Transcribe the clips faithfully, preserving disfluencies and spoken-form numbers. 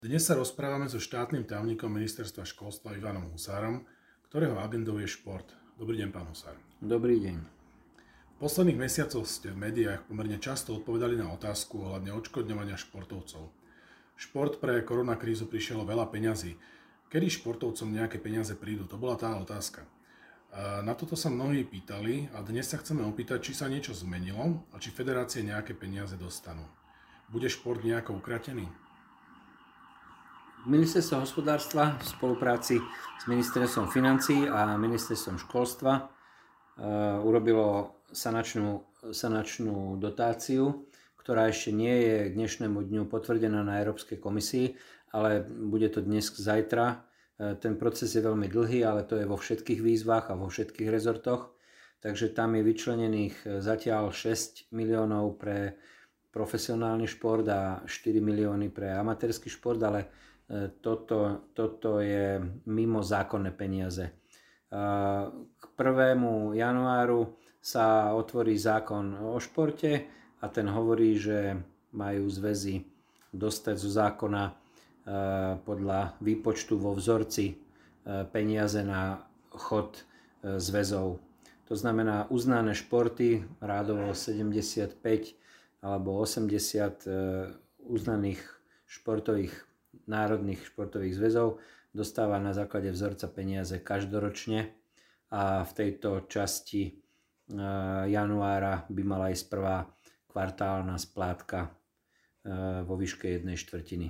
Dnes sa rozprávame so štátnym tajomníkom ministerstva školstva Ivanom Husárom, ktorého agendou je šport. Dobrý deň, pán Husár. Dobrý deň. V posledných mesiacoch ste v médiách pomerne často odpovedali na otázku ohľadne odškodňovania športovcov. Šport pre koronakrízu prišiel veľa peňazí. Kedy športovcom nejaké peniaze prídu? To bola tá otázka. Na toto sa mnohí pýtali a dnes sa chceme opýtať, či sa niečo zmenilo a či federácie nejaké peniaze dostanú. Bude šport nejako ukratený? Ministerstvo hospodárstva v spolupráci s ministerstvom financií a ministerstvom školstva e, urobilo sanačnú, sanačnú dotáciu, ktorá ešte nie je k dnešnému dňu potvrdená na Európskej komisii, ale bude to dnes zajtra. E, ten proces je veľmi dlhý, ale to je vo všetkých výzvach a vo všetkých rezortoch. Takže tam je vyčlenených zatiaľ šesť miliónov pre profesionálny šport a štyri milióny pre amatérsky šport, ale Toto, toto je mimo zákonné peniaze. K prvému januáru sa otvorí zákon o športe a ten hovorí, že majú zväzy dostať zo zákona podľa výpočtu vo vzorci peniaze na chod zväzov. To znamená uznané športy, rádovo sedemdesiatpäť alebo osemdesiat uznaných športových národných športových zväzov dostáva na základe vzorca peniaze každoročne a v tejto časti januára by mala ísť prvá kvartálna splátka vo výške jednej štvrtiny.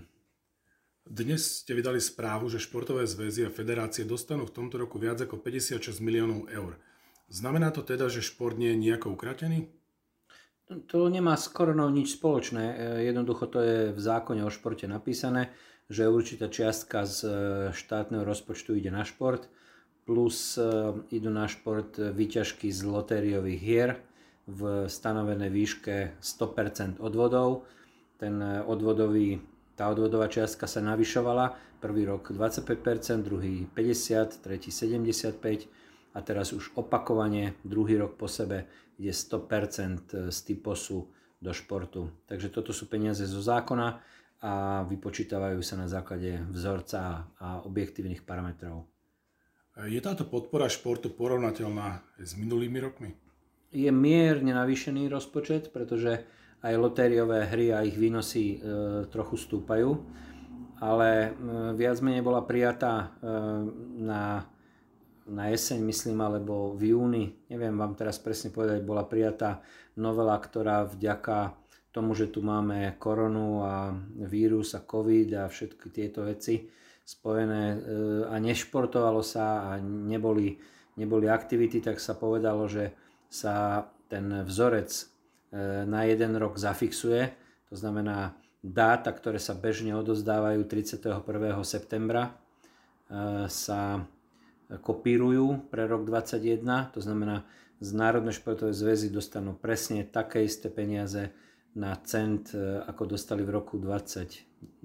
Dnes ste vydali správu, že športové zväzy a federácie dostanú v tomto roku viac ako päťdesiatšesť miliónov eur. Znamená to teda, že šport nie je nejako ukratený? To nemá s koronou nič spoločné. Jednoducho to je v zákone o športe napísané, že určitá čiastka z štátneho rozpočtu ide na šport, plus idú na šport výťažky z lotériových hier v stanovenej výške sto percent odvodov. Ten odvodový, tá odvodová čiastka sa navyšovala, prvý rok dvadsaťpäť percent, druhý päťdesiat percent, tretí sedemdesiatpäť percent a teraz už opakovane druhý rok po sebe ide sto percent z typosu do športu. Takže toto sú peniaze zo zákona a vypočítavajú sa na základe vzorca a objektívnych parametrov. Je táto podpora športu porovnateľná s minulými rokmi? Je mierne navýšený rozpočet, pretože aj lotériové hry a ich výnosy e, trochu stúpajú, ale e, viac menej bola prijatá e, na, na jeseň, myslím, alebo v júni, neviem vám teraz presne povedať, bola prijatá novela, ktorá vďaka tomu, že tu máme koronu a vírus a covid a všetky tieto veci spojené a nešportovalo sa a neboli, neboli aktivity, tak sa povedalo, že sa ten vzorec na jeden rok zafixuje. To znamená dáta, ktoré sa bežne odozdávajú tridsiateho prvého septembra sa kopírujú pre rok dvadsaťjeden. To znamená, z Národné športové zväzy dostanú presne také isté peniaze na cent, ako dostali v roku dvadsať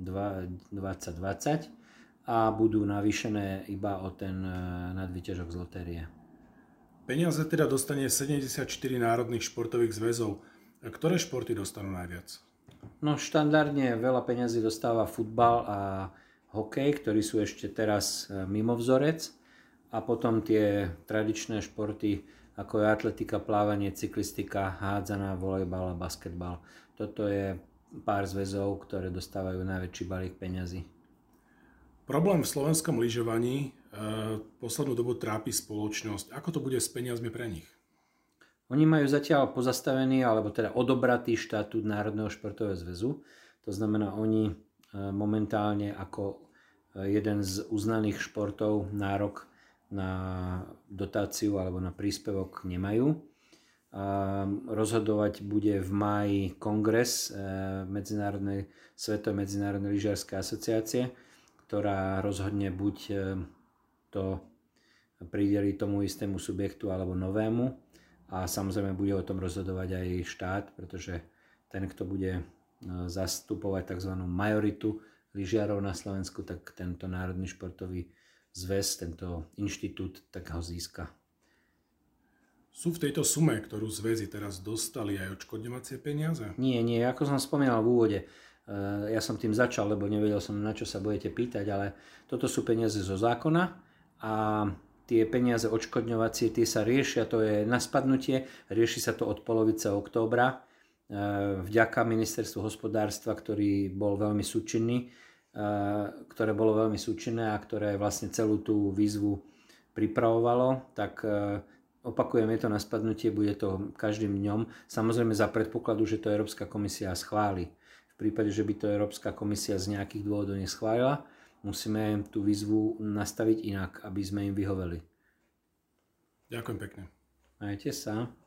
dvadsať a budú navýšené iba o ten nadvýťažok z lotérie. Peniaze teda dostane sedemdesiatštyri národných športových zväzov. Ktoré športy dostanú najviac? No štandardne veľa peňazí dostáva futbal a hokej, ktorí sú ešte teraz mimo vzorec, a potom tie tradičné športy ako je atletika, plávanie, cyklistika, hádzaná, volejbal a basketbal. Toto je pár zväzov, ktoré dostávajú najväčší balík peňazí. Problém v slovenskom lyžovaní e, poslednú dobu trápi spoločnosť. Ako to bude s peniazmi pre nich? Oni majú zatiaľ pozastavený, alebo teda odobratý štatút Národného športového zväzu. To znamená, oni e, momentálne ako jeden z uznaných športov nárok na dotáciu alebo na príspevok nemajú. Rozhodovať bude v máji kongres Medzinárodnej, Svetovej medzinárodnej lyžiarskej asociácie, ktorá rozhodne buď to prideli tomu istému subjektu alebo novému, a samozrejme bude o tom rozhodovať aj štát, pretože ten, kto bude zastupovať tzv. Majoritu lyžiarov na Slovensku, tak tento Národný športový zväz, tento inštitút, tak ho získa. Sú v tejto sume, ktorú zväzy teraz dostali, aj odškodňovacie peniaze? Nie, nie, ako som spomínal v úvode, Ja som tým začal, lebo nevedel som, na čo sa budete pýtať, ale toto sú peniaze zo zákona a tie peniaze odškodňovacie, tie sa riešia, to je na spadnutie, rieši sa to od polovice októbra, vďaka ministerstvu hospodárstva, ktorý bol veľmi súčinný, ktoré bolo veľmi súčinné a ktoré vlastne celú tú výzvu pripravovalo, tak opakujem, je to na spadnutie, bude to každým dňom, samozrejme za predpokladu, že to Európska komisia schváli. V prípade, že by to Európska komisia z nejakých dôvodov neschválila, musíme tú výzvu nastaviť inak, aby sme im vyhoveli. Ďakujem pekne. Majte sa.